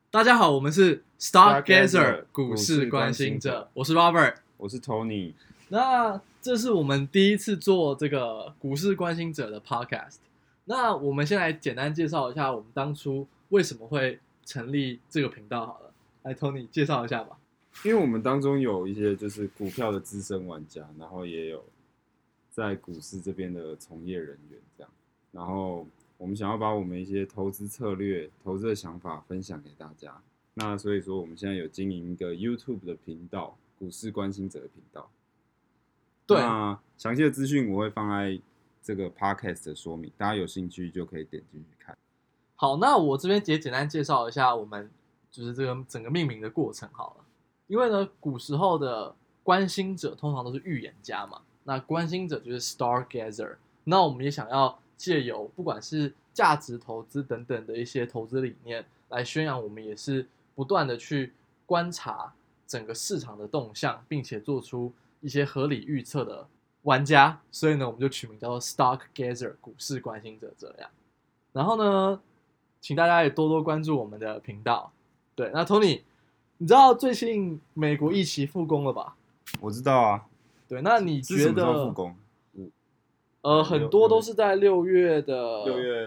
大家好，我们是 Stargazer Stargazer 股市关心者，我是 Robert， 我是 Tony。 那这是我们第一次做这个股市关心者的 Podcast。那我们先来简单介绍一下我们当初为什么会成立这个频道好了。来 Tony 介绍一下吧。 因为我们当中有一些就是股票的资深玩家，然后也有在股市这边的从业人员这样，然后我们想要把我们一些投资策略、投资的想法分享给大家。那所以说，我们现在有经营一个 YouTube 的频道，股市关心者的频道。 对， 那详细的资讯我会放在这个 Podcast 的说明，大家有兴趣就可以点进去看。 好，那我这边也简单介绍一下我们就是这个整个命名的过程好了。因为呢，古时候的关心者通常都是预言家嘛，那关心者就是 Stargazer。那我们也想要借由不管是价值投资等等的一些投资理念，来宣扬我们也是不断的去观察整个市场的动向，并且做出一些合理预测的玩家。所以呢，我们就取名叫做 Stargazer 股市关心者这样。然后呢，请大家也多多关注我们的频道。对，那 Tony。你知道最近美国疫情复工了吧？ 我知道啊。 对，那你觉得是什么时候复工？ 很多都是在6月的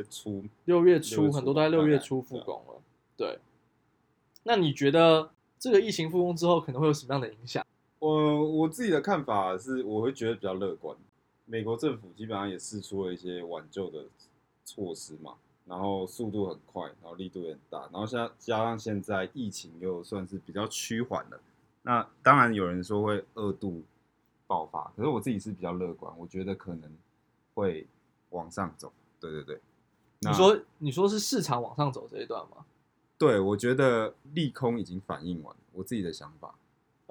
6月初， 很多都在6月初复工了。对，那你觉得这个疫情复工之后可能会有什么样的影响？ 我自己的看法是，我会觉得比较乐观。美国政府基本上也释出了一些挽救的措施嘛。然后速度很快，然后力度也很大，然后加上现在疫情又算是比较趋缓了，那当然有人说会2度爆发，可是我自己是比较乐观，我觉得可能会往上走。对对对， 你说是市场往上走这一段吗？ 对，我觉得利空已经反映完了，我自己的想法。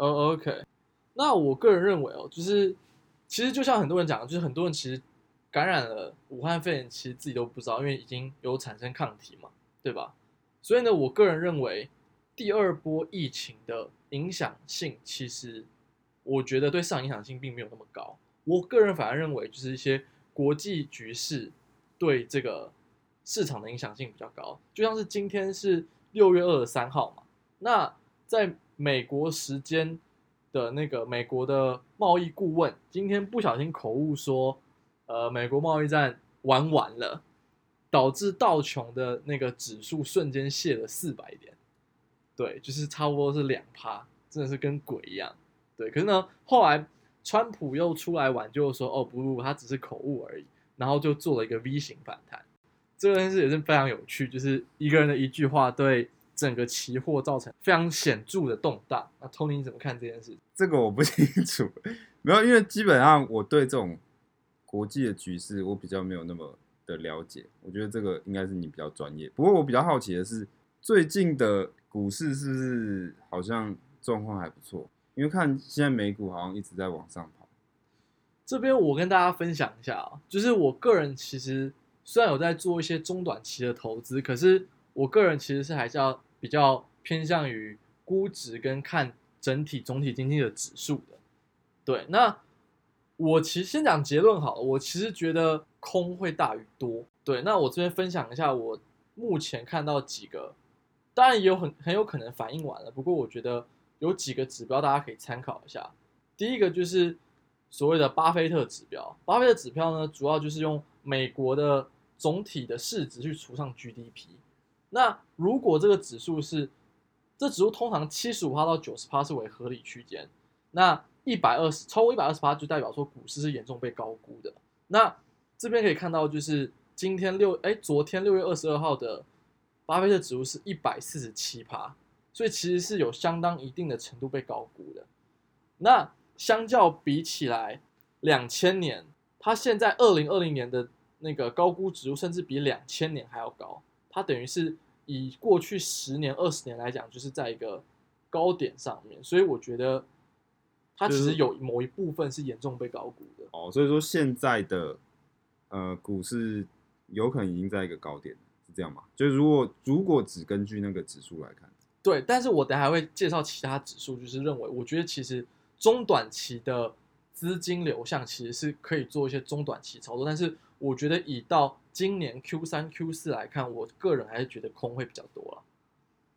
OK， 那我个人认为就是其实就像很多人讲的，就是很多人其实感染了武汉肺炎，其实自己都不知道，因为已经有产生抗体嘛，对吧？所以呢，我个人认为第2波疫情的影响性，其实我觉得对市场影响性并没有那么高。我个人反而认为，就是一些国际局势对这个市场的影响性比较高。就像是今天是6月23号嘛，那在美国时间的那个美国的贸易顾问今天不小心口误说。美国贸易战玩完了，导致道琼的那个指数瞬间泻了400点，对，就是差不多是2%，真的是跟鬼一样。对，可是呢，后来川普又出来挽救说，哦不，他只是口误而已，然后就做了一个 V 型反弹。这件事也是非常有趣，就是一个人的一句话对整个期货造成非常显著的动荡。那 Tony 你怎么看这件事？ 这个我不清楚，没有，因为基本上我对这种国际的局势我比较没有那么的了解，我觉得这个应该是你比较专业。不过我比较好奇的是，最近的股市是不是好像状况还不错？因为看现在美股好像一直在往上跑。 这边我跟大家分享一下就是我个人其实虽然有在做一些中短期的投资，可是我个人其实是还是要比较偏向于估值跟看总体经济的指数的。对，那我其实先讲结论好了，我其实觉得空会大于多。对，那我这边分享一下我目前看到几个，当然也有很有可能反应完了，不过我觉得有几个指标大家可以参考一下。第一个就是所谓的巴菲特指标，巴菲特指标呢，主要就是用美国的总体的市值去除上 GDP。那如果这指数通常75%到90%是为合理区间，那超过120%就代表说股市是严重被高估的。那这边可以看到，就是昨天6月22号的巴菲特指数是147%，所以其实是有相当一定的程度被高估的。那相较比起来，2000年，它现在2020年的那个高估指数甚至比2000年还要高，它等于是以过去10年、20年来讲，就是在一个高点上面，所以我觉得它其实有某一部分是严重被高估的。 所以说现在的股市有可能已经在一个高点，是这样吗？就是如果只根据那个指数来看， 对，但是我等一下还会介绍其他指数，就是认为我觉得其实中短期的资金流向其实是可以做一些中短期操作，但是我觉得以到今年 Q3、Q4 来看，我个人还是觉得空会比较多了。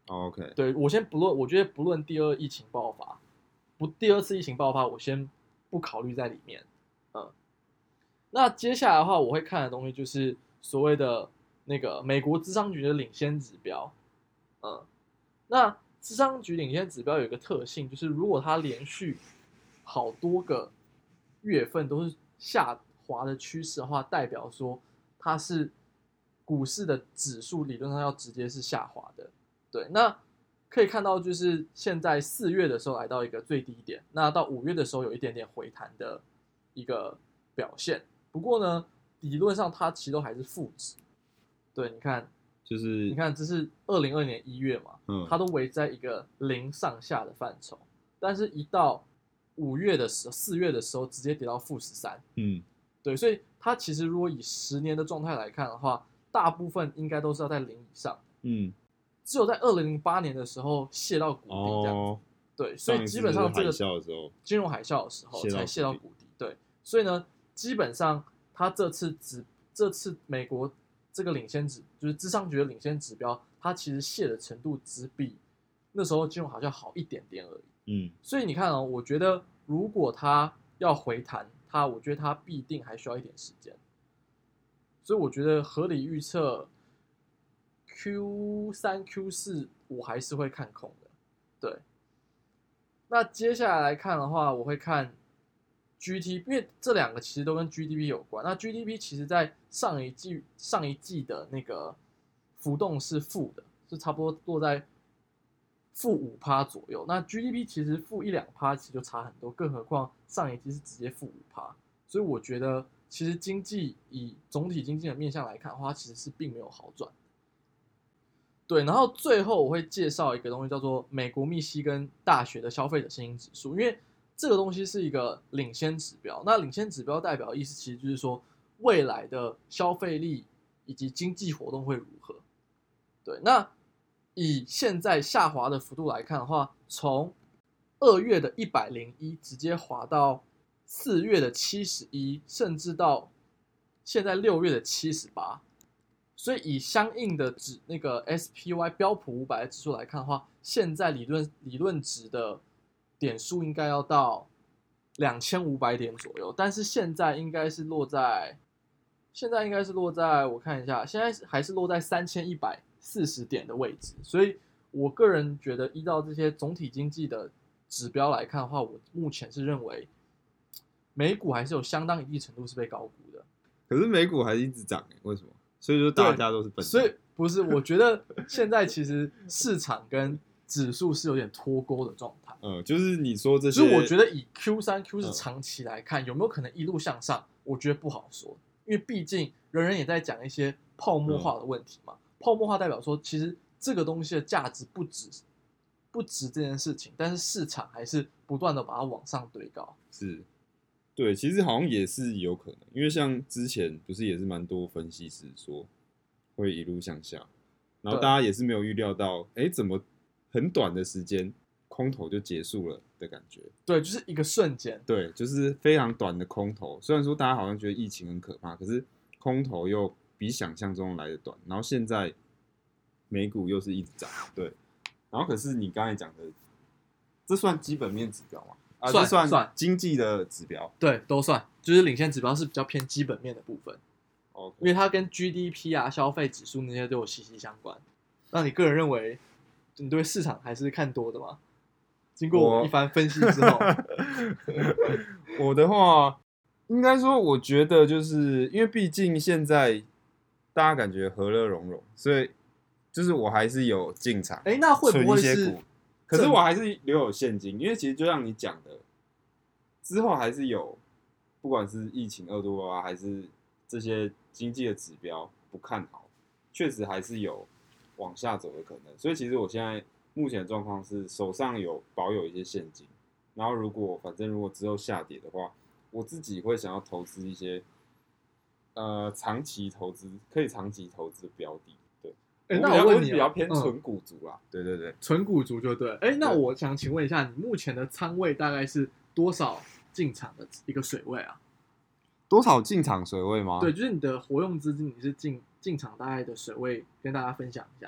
OK， 对，我先不论，我觉得不论第二疫情爆发，第二次疫情爆发，我先不考虑在里面。嗯，那接下来的话，我会看的东西就是所谓的那个美国智商局的领先指标。嗯，那智商局领先指标有一个特性，就是如果它连续好多个月份都是下滑的趋势的话，代表说它是股市的指数理论上要直接是下滑的。对，那可以看到就是现在4月的时候来到一个最低点，那到5月的时候有一点点回弹的一个表现。不过呢，理论上它其实都还是负值。对，你看， 就是你看这是2020年1月嘛，它都围在一个0上下的范畴，但是一到4月的时候直接跌到-13。对，所以它其实如果以10年的状态来看的话，大部分应该都是要在0以上。只有在2008年的时候泄到谷底这样子。对，所以基本上这个金融海啸的时候才泄到谷底。对，所以呢，基本上它这次美国这个领先就是智商局的领先指标，它其实泄的程度只比那时候金融海啸好一点点而已。所以你看哦，我觉得如果它要回弹，我觉得它必定还需要一点时间。所以我觉得合理预测 Q3、Q4 我还是会看空的。对，那接下来看的话，我会看 GDP， 因为这两个其实都跟 GDP 有关。那 GDP 其实在上一季的那个浮动是负的，是差不多落在-5%左右。那 GDP 其实-1-2%其实就差很多，更何况上一季是直接-5%。所以我觉得其实经济以总体经济的面向来看的话，它其实是并没有好转。对，然后最后我会介绍一个东西，叫做美国密西根大学的消费者信心指数，因为这个东西是一个领先指标。那领先指标代表的意思其实就是说未来的消费力以及经济活动会如何。对，那以现在下滑的幅度来看的话，从2月的101直接滑到4月的71，甚至到现在6月的78。所以以相应的那个 SPY 标普500的指数来看的话，现在理论值的点数应该要到2500点左右，但是现在应该是落在我看一下，现在还是落在3140点的位置。所以我个人觉得，依照这些总体经济的指标来看的话，我目前是认为美股还是有相当一定程度是被高估的。 可是美股还是一直涨，为什么？所以说大家都是笨蛋。 所以不是，我觉得现在其实市场跟指数是有点脱钩的状态。 就是你说这些， 就是我觉得以 Q3、Q4 长期来看，有没有可能一路向上？我觉得不好说，因为毕竟人人也在讲一些泡沫化的问题嘛。泡沫化代表说，其实这个东西的价值不值这件事情，但是市场还是不断的把它往上堆高。 是。对，其实好像也是有可能，因为像之前不是也是蛮多分析师说会一路向下，然后大家也是没有预料到，怎么很短的时间空头就结束了的感觉。 对，就是一个瞬间。 对，就是非常短的空头。虽然说大家好像觉得疫情很可怕，可是空头又比想象中来的短。然后现在美股又是一直涨，对。然后可是你刚才讲的，这算基本面指标吗？算经济的指标， 对，都算，就是领先指标是比较偏基本面的部分。 Okay. 因为它跟 GDP 啊、消费指数那些都有息息相关。那你个人认为，你对市场还是看多的吗？经过我一番分析之后， 我的话，应该说，我觉得就是因为毕竟现在大家感觉和乐融融，所以就是我还是有进场， 那会不会是？ 可是我还是留有现金，因为其实就像你讲的，之后还是有，不管是疫情恶多啊，还是这些经济的指标不看好，确实还是有往下走的可能。所以其实我现在目前的状况是手上保有一些现金，然后如果之后下跌的话，我自己会想要投资一些长期投资的标的。 那我问你， 比较偏纯股族啦，对对对， 纯股族就对。那我想请问一下，你目前的仓位大概是多少进场的一个水位啊？ 多少进场水位吗？ 对，就是你的活用资金，你是进场大概的水位，跟大家分享一下。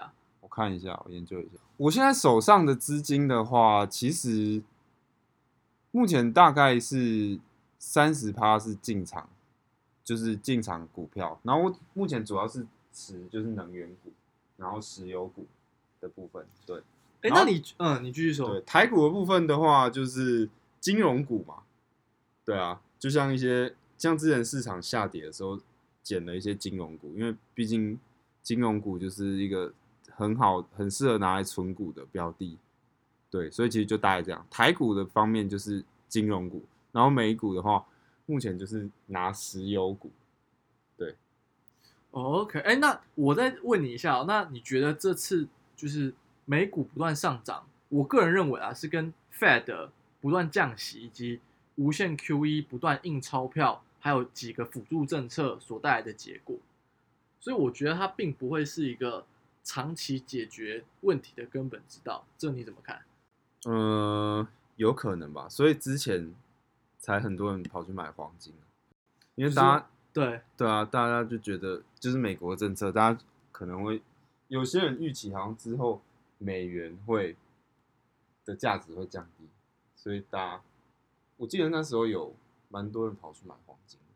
我看一下，我研究一下。我现在手上的资金的话，其实目前大概是30%是进场，就是进场股票。然后我目前主要是持就是能源股，然后石油股的部分。对， 那你继续说。 对，台股的部分的话，就是金融股嘛。对啊，就像之前市场下跌的时候，捡了一些金融股，因为毕竟金融股就是一个很适合拿来存股的标的。对，所以其实就大概这样。台股的方面就是金融股，然后美股的话，目前就是拿石油股。对。 OK，那我再问你一下那你觉得这次就是美股不断上涨，我个人认为是跟 Fed 不断降息以及无限 QE 不断印钞票，还有几个辅助政策所带来的结果，所以我觉得它并不会是一个长期解决问题的根本之道，这你怎么看？ 有可能吧，所以之前才很多人跑去买黄金，因为大家对啊，大家就觉得就是美国的政策，大家可能会有些人预期好像之后美元的价值会降低，所以我记得那时候有蛮多人跑去买黄金。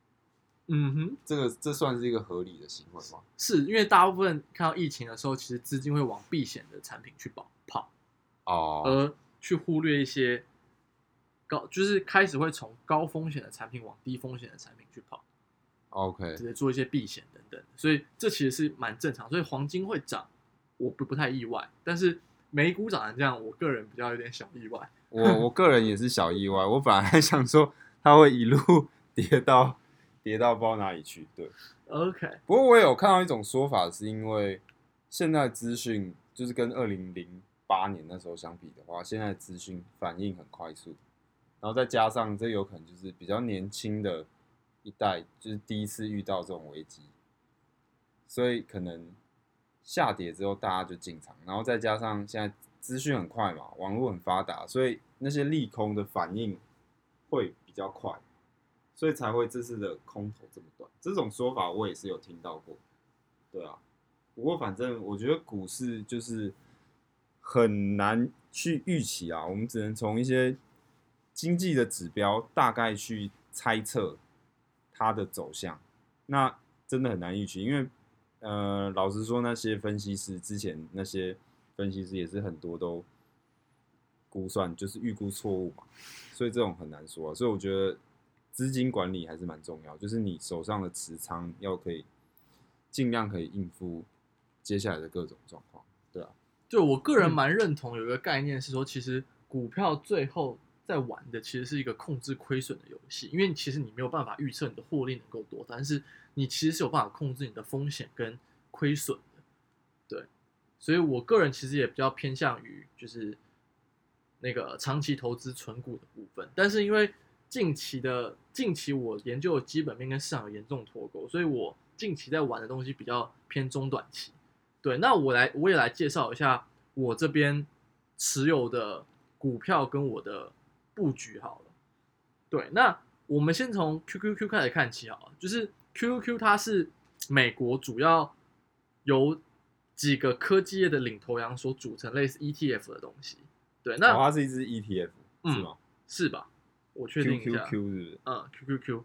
这算是一个合理的行为吗？ 是因为大部分看到疫情的时候，其实资金会往避险的产品去跑，而去忽略一些就是开始会从高风险的产品往低风险的产品去跑。 OK， 直接做一些避险等等，所以这其实是蛮正常。所以黄金会涨，我不太意外。但是美股涨成这样，我个人比较有点小意外。 我个人也是小意外，我本来还想说它会一路跌到不知道哪里去。对 ，OK。 不过我也有看到一种说法，是因为现在资讯就是跟2008年那时候相比的话，现在资讯反应很快速，然后再加上这有可能就是比较年轻的一代，就是第一次遇到这种危机，所以可能下跌之后大家就进场，然后再加上现在资讯很快嘛，网络很发达，所以那些利空的反应会比较快，所以才会这次的空头这么短。这种说法我也是有听到过，对啊。不过反正我觉得股市就是很难去预期啊，我们只能从一些经济的指标大概去猜测它的走向，那真的很难预期，因为老实说，那些分析师之前那些分析师也是很多都估算就是预估错误嘛，所以这种很难说啊。所以我觉得资金管理还是蛮重要，就是你手上的持仓要尽量可以应付接下来的各种状况，对啊。 对，我个人蛮认同有一个概念是说，其实股票最后在玩的其实是一个控制亏损的游戏，因为其实你没有办法预测你的获利能够多，但是你其实是有办法控制你的风险跟亏损的。对，所以我个人其实也比较偏向于就是那个长期投资存股的部分，但是因为近期我研究的基本面跟市场有严重脱钩，所以我近期在玩的东西比较偏中短期。对，那我也来介绍一下我这边持有的股票跟我的布局好了。对，那我们先从 QQQ 开始看起好了，就是 QQQ 它是美国主要由几个科技业的领头羊所组成，类似 ETF 的东西。对，那它是一支 ETF，是吗？ 是吧？我确定一下。 QQQ 是不是 ？QQQ。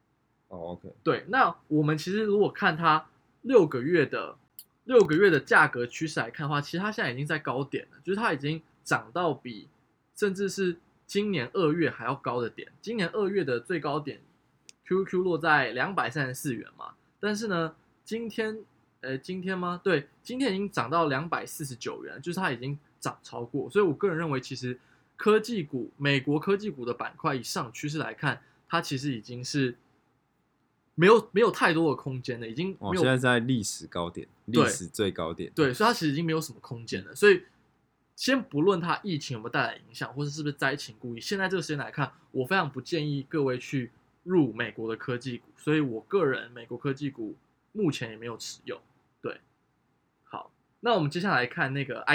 OK。 对，那我们其实如果看它6个月的价格趋势来看的话，其实它现在已经在高点了，就是它已经涨到比甚至是今年2月还要高的点。今年2月的最高点 QQQ 落在234元嘛，但是呢，今天吗？对，今天已经涨到249元，就是它已经涨超过。所以我个人认为，其实美国科技股的板块以上趋势来看，它其实已经是没有太多的空间了，已经没有。 现在在历史高点，历史最高点。 对，所以它其实已经没有什么空间了。所以先不论它疫情有没有带来影响，或者是不是灾情故意，现在这个时间来看，我非常不建议各位去入美国的科技股。所以我个人美国科技股目前也没有持有。对，好，那我们接下来看那个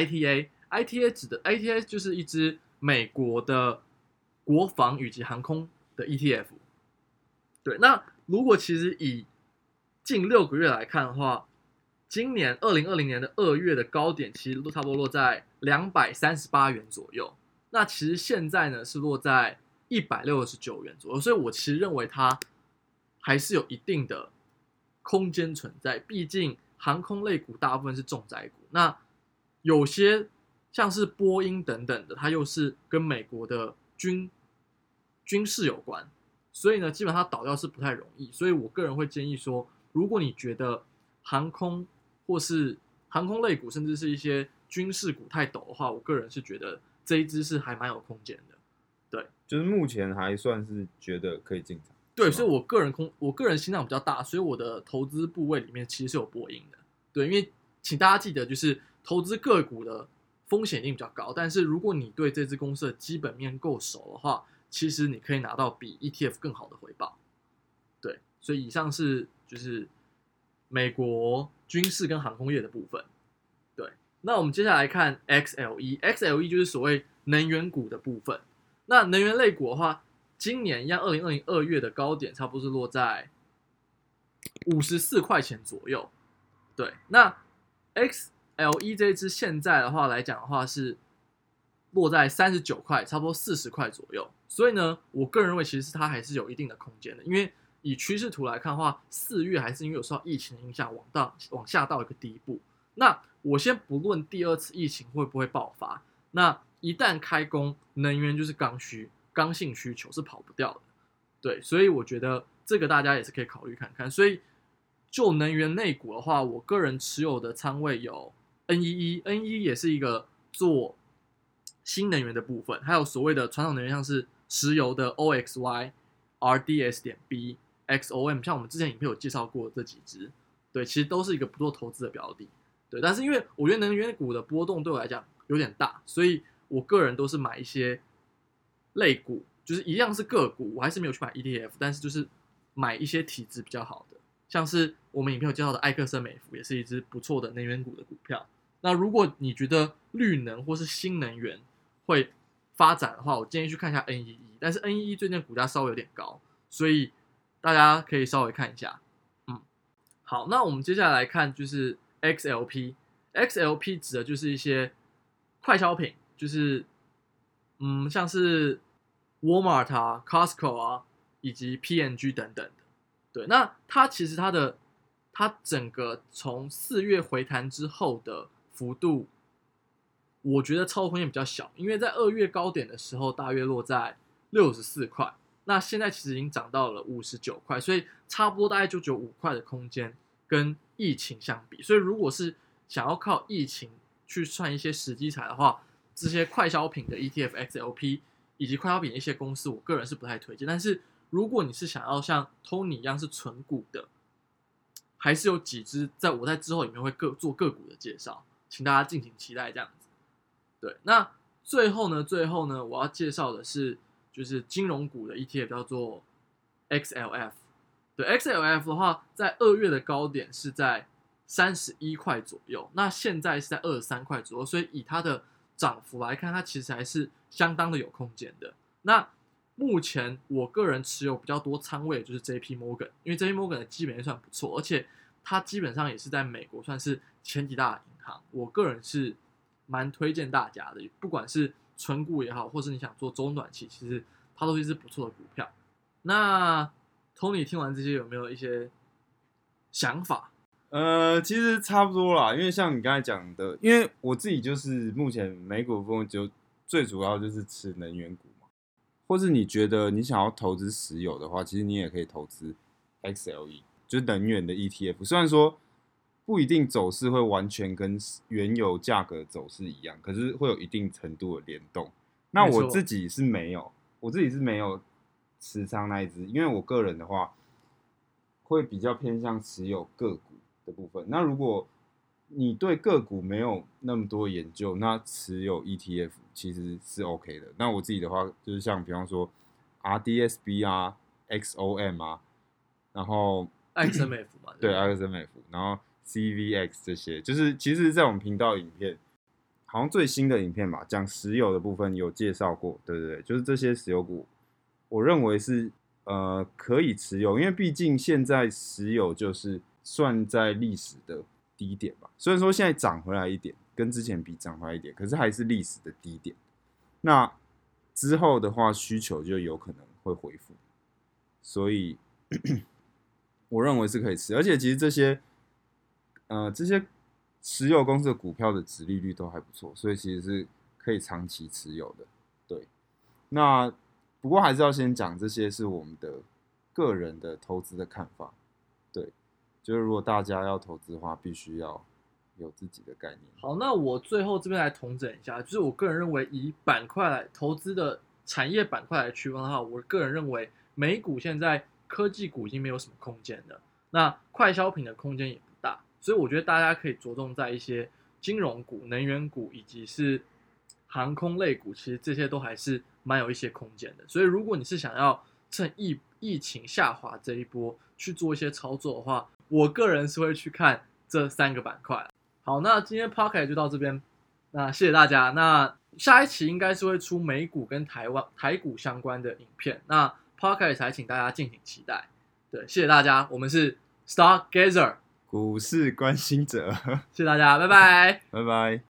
ITA 就是一支美国的国防以及航空的 ETF。对，那如果其实以近6个月来看的话， 今年2020年的2月的高点其实都差不多落在238元左右，那其实现在呢是落在169元左右，所以我其实认为它还是有一定的空间存在，毕竟航空类股大部分是重灾股，那有些像是波音等等的，它又是跟美国的军事有关，所以呢，基本上倒掉是不太容易。所以我个人会建议说，如果你觉得航空或是航空类股，甚至是一些军事股太陡的话，我个人是觉得这一支是还蛮有空间的。对， 就是目前还算是觉得可以进场。 对，所以我个人心脏比较大，所以我的投资部位里面其实是有波音的。对，因为请大家记得，就是投资个股的风险一定比较高，但是如果你对这支公司的基本面够熟的话，其实你可以拿到比 ETF 更好的回报。对，所以以上是就是美国军事跟航空业的部分。对，那我们接下来看 XLE 就是所谓能源股的部分。那能源类股的话，今年一样，2020 2月的高点差不多是落在54块钱左右。对，那 XLE 这一支现在的话来讲的话是落在39块，差不多40块左右。所以呢，我个人认为其实它还是有一定的空间的，因为以趋势图来看的话，4月还是因为有受到疫情的影响，往下到一个低部。那我先不论第二次疫情会不会爆发，那一旦开工，能源就是刚性需求是跑不掉的。对，所以我觉得这个大家也是可以考虑看看。所以就能源类股的话，我个人持有的仓位有 NEE 也是一个做新能源的部分，还有所谓的传统能源，像是石油的 OXY、RDS.B、XOM， 像我们之前影片有介绍过这几支，对，其实都是一个不错投资的标的。对，但是因为我觉得能源股的波动对我来讲有点大，所以我个人都是买一些类股，就是一样是个股，我还是没有去买 ETF， 但是就是买一些体质比较好的，像是我们影片有介绍的埃克森美孚，也是一支不错的能源股的股票。那如果你觉得绿能或是新能源会发展的话，我建议去看一下 NEE， 但是 NEE 最近的股价稍微有点高，所以大家可以稍微看一下。好，那我们接下来看就是 XLP 指的就是一些快消品，就是像是 Walmart 啊、Costco 啊，以及 P&G 等等的。对，那它其实它整个从4月回弹之后的幅度，我觉得操作空间比较小，因为在2月高点的时候大约落在64块，那现在其实已经涨到了59块，所以差不多大概就只有5块的空间，跟疫情相比。所以如果是想要靠疫情去算一些时机财的话，这些快消品的 ETF XLP 以及快消品的一些公司，我个人是不太推荐。但是如果你是想要像 Tony 一样是纯股的，还是有几只我在之后里面会做个股的介绍，请大家敬请期待这样子。对，那最后呢，我要介绍的是就是金融股的 ETF 叫做 XLF。对 XLF 的话，在2月的高点是在31块左右，那现在是在23块左右，所以以它的涨幅来看，它其实还是相当的有空间的。那目前我个人持有比较多仓位的就是 JP Morgan， 因为 JP Morgan 的基本面算不错，而且它基本上也是在美国算是前几大的银行，我个人是蛮推荐大家的，不管是纯股也好，或是你想做中短期，其实它都是一支不错的股票。那 Tony 听完这些有没有一些想法？ 其实差不多啦，因为像你刚才讲的，因为我自己就是目前美股部分就最主要就是吃能源股嘛，或是你觉得你想要投资石油的话，其实你也可以投资 XLE， 就是能源的 ETF。虽然说不一定走势会完全跟原油价格走势一样，可是会有一定程度的联动。那我自己是没有持仓那一支，因为我个人的话会比较偏向持有个股的部分。那如果你对个股没有那么多研究，那持有 ETF 其实是 OK 的。那我自己的话，就是像比方说 RDSB 啊、XOM 啊，然后艾克森美孚嘛， 对，艾克森美孚，然后 CVX 这些，就是其实在我们频道影片，好像最新的影片吧，讲石油的部分有介绍过，对对对，就是这些石油股，我认为是可以持有，因为毕竟现在石油就是算在历史的低点吧。虽然说现在涨回来一点，跟之前比涨回来一点，可是还是历史的低点。那之后的话，需求就有可能会恢复，所以我认为是可以吃。而且其实这些石油公司的股票的殖利率都还不错，所以其实是可以长期持有的。对，那不过还是要先讲，这些是我们的个人的投资的看法。对，就是如果大家要投资的话，必须要有自己的概念。 好，那我最后这边来统整一下，就是我个人认为，以板块来投资的产业板块来区分的话，我个人认为美股现在科技股已经没有什么空间了，那快消品的空间也不大，所以我觉得大家可以着重在一些金融股、能源股以及是航空类股，其实这些都还是蛮有一些空间的。所以如果你是想要趁疫情下滑这一波去做一些操作的话，我个人是会去看这3个板块。好，那今天 Podcast 就到这边，那谢谢大家。那下一期应该是会出美股跟台股相关的影片，那 Podcast 还请大家敬请期待。对，谢谢大家，我们是 Stargazer 股市关心者， 谢谢大家，拜拜， 拜拜。